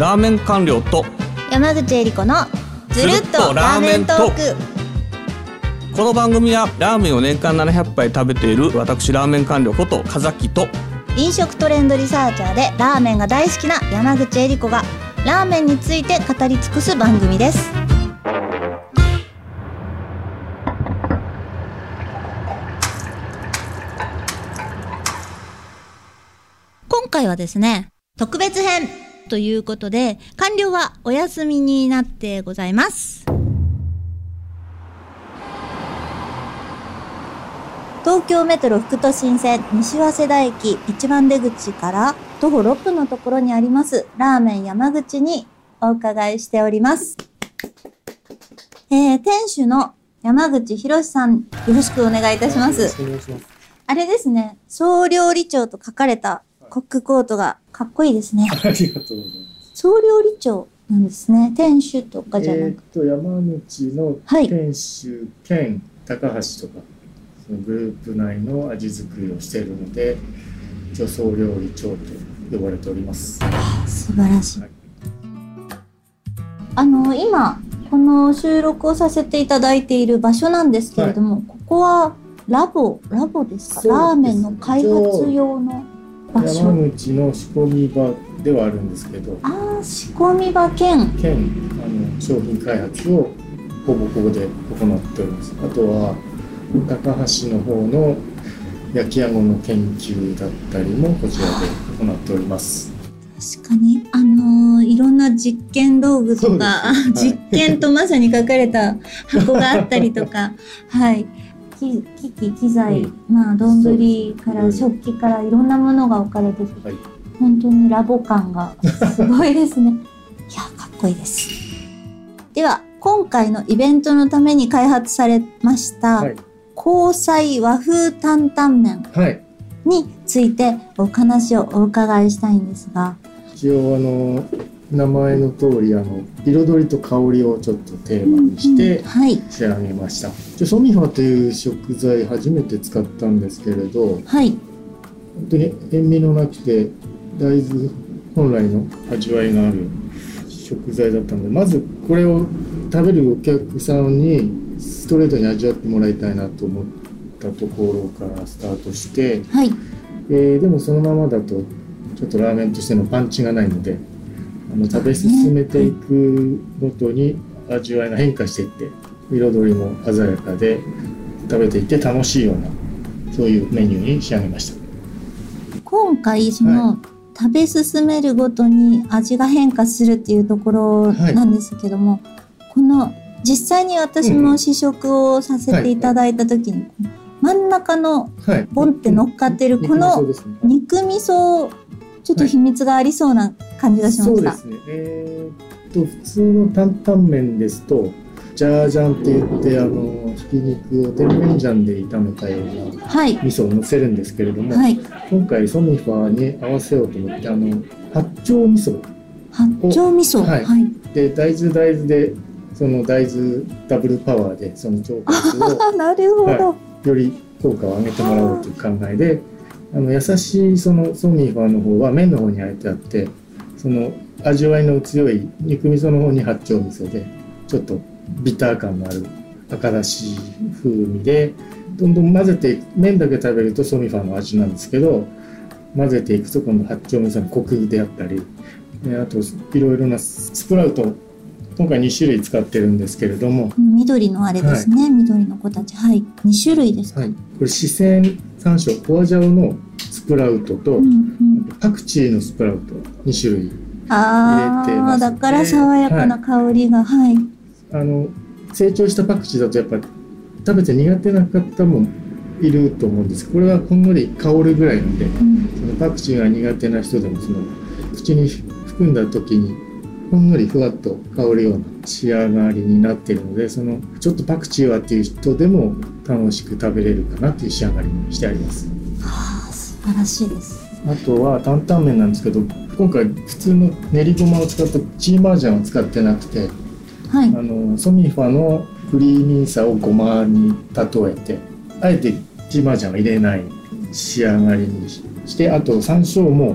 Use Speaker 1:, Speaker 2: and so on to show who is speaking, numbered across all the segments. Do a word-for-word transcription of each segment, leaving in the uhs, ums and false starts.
Speaker 1: ラーメン官僚と
Speaker 2: 山口恵理子のずるっとラーメントーク。
Speaker 1: この番組はラーメンを年間ななひゃくぱい食べている私ラーメン官僚こと風木と
Speaker 2: 飲食トレンドリサーチャーでラーメンが大好きな山口恵理子がラーメンについて語り尽くす番組です。今回はですね、特別編ということで官僚はお休みになってございます。東京メトロ副都心線西早稲田駅一番出口から徒歩ろっぷんのところにありますラーメン山口にお伺いしております。えー、店主の山口博さん、よろしくお願いいたします。
Speaker 3: お願いします。
Speaker 2: あれですね、総料理長と書かれたコックコートがかっこいいですね。
Speaker 3: ありがとうございます。
Speaker 2: 総料理長なんですね。店主とかじゃなくて、
Speaker 3: えー、と山口の店主兼高橋とか、そのグループ内の味作りをしているので一応総料理長と呼ばれております。
Speaker 2: 素晴らしい、はい、あの今この収録をさせていただいている場所なんですけれども、はい、ここはラボラボですか？ですラーメンの開発用の場所。
Speaker 3: 山口の仕込み場ではあるんですけど、
Speaker 2: ああ、仕込み場兼
Speaker 3: 兼あの商品開発をほぼここで行っております。あとは高橋の方の焼きあごの研究だったりもこちらで行っております。
Speaker 2: 確かにあのー、いろんな実験道具とか、はい、実験とまさに書かれた箱があったりとかはい機器機材、うん、まあ丼から食器からいろんなものが置かれてて、はい、本当にラボ感がすごいですねいやかっこいいです。では今回のイベントのために開発されました、はい、香菜和風担々麺についてお話をお伺いしたいんですが、
Speaker 3: 一応あの名前の通りあの彩りと香りをちょっとテーマにして仕上げました、うんうんはい、ソミファという食材初めて使ったんですけれど、はい、本当に塩味のなくて大豆本来の味わいがある食材だったので、まずこれを食べるお客さんにストレートに味わってもらいたいなと思ったところからスタートして、はいえー、でもそのままだとちょっとラーメンとしてのパンチがないので、あの食べ進めていくごとに味わいが変化していって彩りも鮮やかで食べていて楽しいようなそういうメニューに仕上げました。
Speaker 2: 今回その、はい、食べ進めるごとに味が変化するっていうところなんですけども、はい、この実際に私も試食をさせていただいた時に、うんはい、真ん中のボンって乗っかってるこの肉味噌、ちょっと秘密がありそうな感じがしました。
Speaker 3: はい、そうですね、えー、っと普通の担々麺ですとジャージャンって言ってあのひき肉を甜麺醤で炒めたような味噌をのせるんですけれども、はい、今回ソミファに合わせようと思ってあの八丁味噌
Speaker 2: 八丁味噌、
Speaker 3: はいはい、で大豆大豆でその大豆ダブルパワーでその腸活を
Speaker 2: なるほど、
Speaker 3: はい、より効果を上げてもらおうという考えで、あの優しいそのソミファの方は麺の方にあえてあって、その味わいの強い肉味噌の方に八丁味噌でちょっとビター感のある赤だし風味でどんどん混ぜていく。麺だけ食べるとソミファの味なんですけど、混ぜていくと今度八丁味噌のコクであったり、あといろいろなスプラウト今回に種類使ってるんですけれども、
Speaker 2: 緑のあれですね、はい、緑の子たち、はい、に種類ですか、はい、
Speaker 3: これ四川山椒ホアジャオのスプラウトと、うんうん、パクチーのスプラウトに種類入れてます。
Speaker 2: あだから爽やかな香りが、はい、はい、
Speaker 3: あの成長したパクチーだとやっぱ食べて苦手な方もいると思うんですけど、これはほんのり香るぐらいので、うん、そのパクチーが苦手な人でもその口に含んだ時にほんのりふわっと香るような仕上がりになっているので、そのちょっとパクチーはっていう人でも楽しく食べれるかなという仕上がりにしてあります。
Speaker 2: はあ、素晴らしいです。
Speaker 3: あとは担々麺なんですけど、今回普通の練りごまを使ったチーマージャンを使ってなくて、はい、あのソミファのクリーミーさをごまに例えてあえてチーマージャンは入れない仕上がりにして、あと山椒も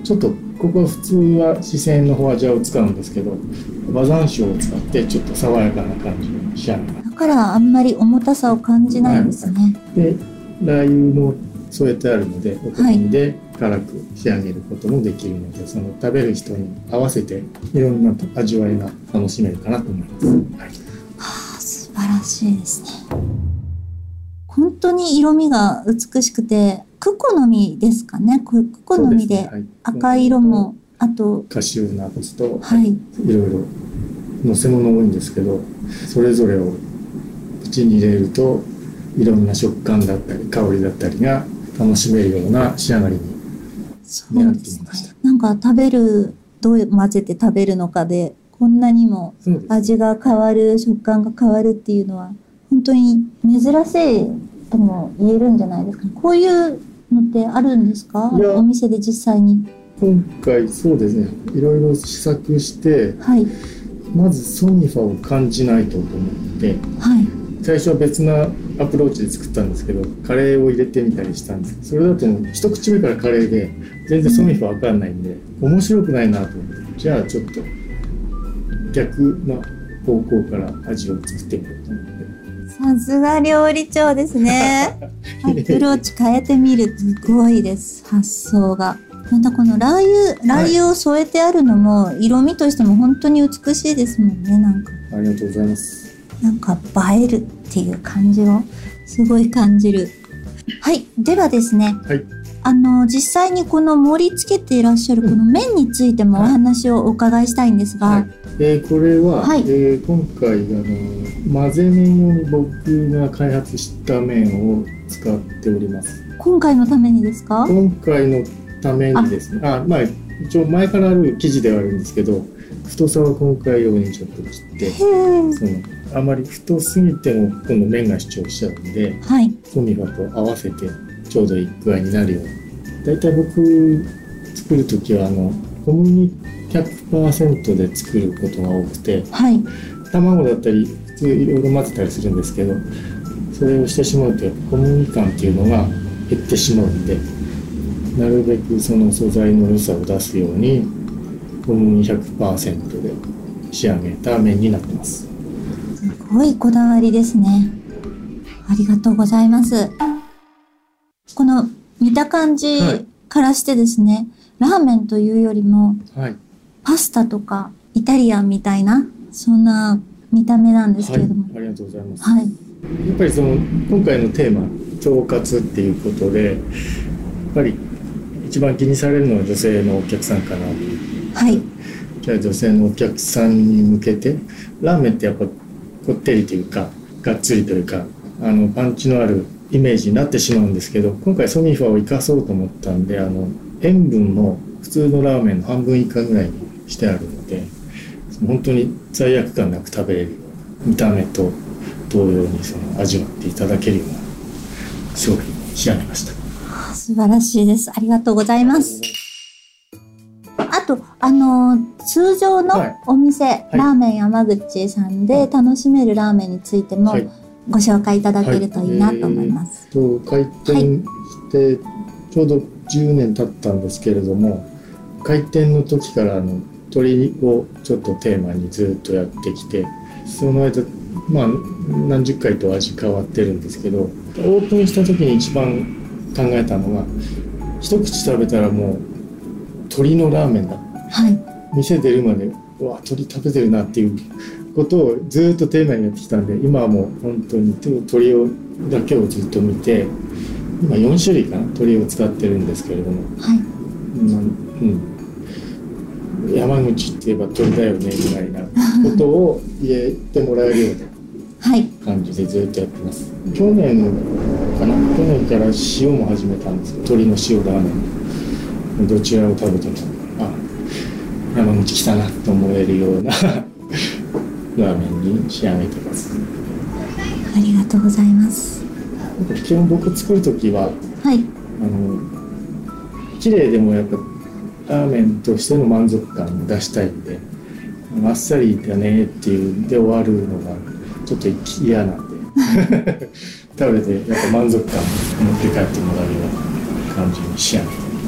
Speaker 3: ちょっとここ普通は四川のホアジャオを使うんですけど、和山椒を使ってちょっと爽やかな感じに仕上げます。
Speaker 2: だからあんまり重たさを感じないんですね。
Speaker 3: はい、でラー油も添えてあるので、お好みで辛く仕上げることもできるので、はい、その食べる人に合わせていろんな味わいが楽しめるかなと思います。はい、
Speaker 2: はあ、素晴らしいですね。本当に色味が美しくて、クコの実ですかね。これクコの実で赤い色も、あと
Speaker 3: カシューナッツと、
Speaker 2: はい、
Speaker 3: いろいろのせ物多いんですけど、それぞれを口に入れるといろんな食感だったり香りだったりが楽しめるような仕上がりになってみました。
Speaker 2: ね、なんか食べる、どう混ぜて食べるのかでこんなにも味が変わる、食感が変わるっていうのは本当に珍しいとも言えるんじゃないですかね。こういうのってあるんですか？お店で実際に。
Speaker 3: 今回そうですね、いろいろ試作して、はい、まずソニファを感じないとと思って、はい、最初は別なアプローチで作ったんですけど、カレーを入れてみたりしたんです。それだと一口目からカレーで全然ソニファわかんないんで、うん、面白くないなと思って、じゃあちょっと逆な方向から味を作ってみようと思って。
Speaker 2: さすが料理長ですね。アプローチ変えてみる、すごいです、発想が。またこのラー油、ラー油を添えてあるのも、色味としても本当に美しいですもんね、なんか。
Speaker 3: ありがとうございます。
Speaker 2: なんか映えるっていう感じをすごい感じる。はい、ではですね。はい。あの実際にこの盛り付けていらっしゃるこの麺についてもお話をお伺いしたいんですが、はいはい、
Speaker 3: えー、これは、はい、えー、今回あの混ぜ麺用に僕が開発した麺を使っております。
Speaker 2: 今回のためにですか？
Speaker 3: 今回のためにですね。あ、まあ一応前からある生地ではあるんですけど、太さは今回用にちょっと切って、そのあまり太すぎても今度麺が主張しちゃうんで、はい、ソミファと合わせてちょうどいい具合になるように。だいたい僕作る時はあの小麦 ひゃくパーセント で作ることが多くて、はい、卵だったり普通いろいろ混ぜたりするんですけど、それをしてしまうと小麦感っていうのが減ってしまうんで、なるべくその素材の良さを出すように小麦 ひゃくパーセント で仕上げた麺になってます。
Speaker 2: すごいこだわりですね。ありがとうございます。この見た感じからしてですね、はい、ラーメンというよりも、はい、パスタとかイタリアンみたいなそんな見た目なんですけれども、
Speaker 3: はい、ありがとうございます。はい、やっぱりその今回のテーマ腸活っていうことで、やっぱり一番気にされるのは女性のお客さんかなという。はい。じゃあ女性のお客さんに向けてラーメンってやっぱこってりというかがっつりというかあのパンチのあるイメージになってしまうんですけど、今回ソミファを生かそうと思ったんで、あの塩分も普通のラーメンの半分以下ぐらいにしてあるので、本当に罪悪感なく食べれるような見た目と同様にその味わっていただけるような商品に仕上げました。
Speaker 2: 素晴らしいです。ありがとうございます。あとあの通常のお店、はいはい、ラーメン山口さんで楽しめるラーメンについても、はい、ご紹介いただけるといいなと思います。
Speaker 3: はい、えー、と開店してちょうどじゅうねん経ったんですけれども、開店の時からあの鶏をちょっとテーマにずっとやってきて、その間まあ何十回と味変わってるんですけど、オープンした時に一番考えたのが、一口食べたらもう鶏のラーメンだ、はい、店出るまでうわ鶏食べてるなっていうことをずっとテーマにやってきたんで、今はもう本当に鶏をだけをずっと見て、今よん種類かな鶏を使ってるんですけれども、はい、うんうん、山口って言えば鶏だよねみたいなことを言えてもらえるような感じでずっとやってます。はい、去年かな去年から塩も始めたんですけど、鶏の塩ラーメン、どちらを食べてもあ山口来たなと思えるようなラーメンに仕上げてます。
Speaker 2: ありがとうございます。
Speaker 3: 基本僕作る時は、はい、あの綺麗でもやっぱラーメンとしての満足感を出したいんで、あっさりだねっていうで終わるのがちょっと嫌なんで食べてやっぱ満足感を持って帰ってもらうような感じに仕上げてます。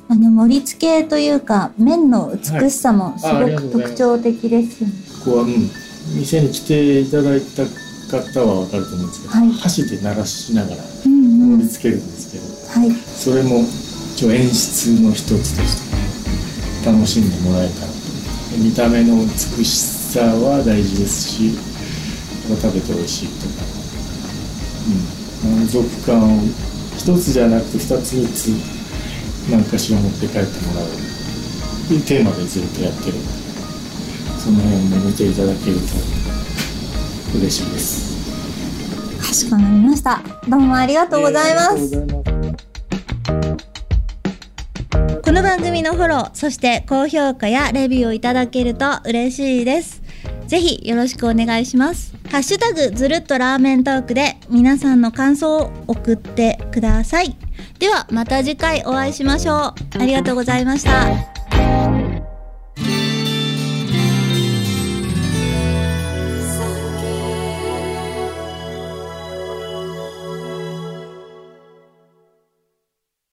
Speaker 2: あの盛り付けというか麺の美しさもすご
Speaker 3: はい、
Speaker 2: く特徴的ですよね。
Speaker 3: ここは、うん、店に来ていただいた方は分かると思うんですけど、はい、箸で鳴らしながら盛り付けるんですけど、うんうん、はい、それも一応演出の一つとして楽しんでもらえたらと。見た目の美しさは大事ですし、食べて美味しいとか、うん、満足感を一つじゃなくて二つ三つ何かしら持って帰ってもらうというテーマでずっとやってるので、その辺も見ていただけると嬉しいです。
Speaker 2: かしこまりました。どうもありがとうございます。
Speaker 3: えー
Speaker 2: この番組のフォロー、そして高評価やレビューをいただけると嬉しいです。ぜひよろしくお願いします。ハッシュタグずるっとラーメントークで皆さんの感想を送ってください。ではまた次回お会いしましょう。ありがとうございました。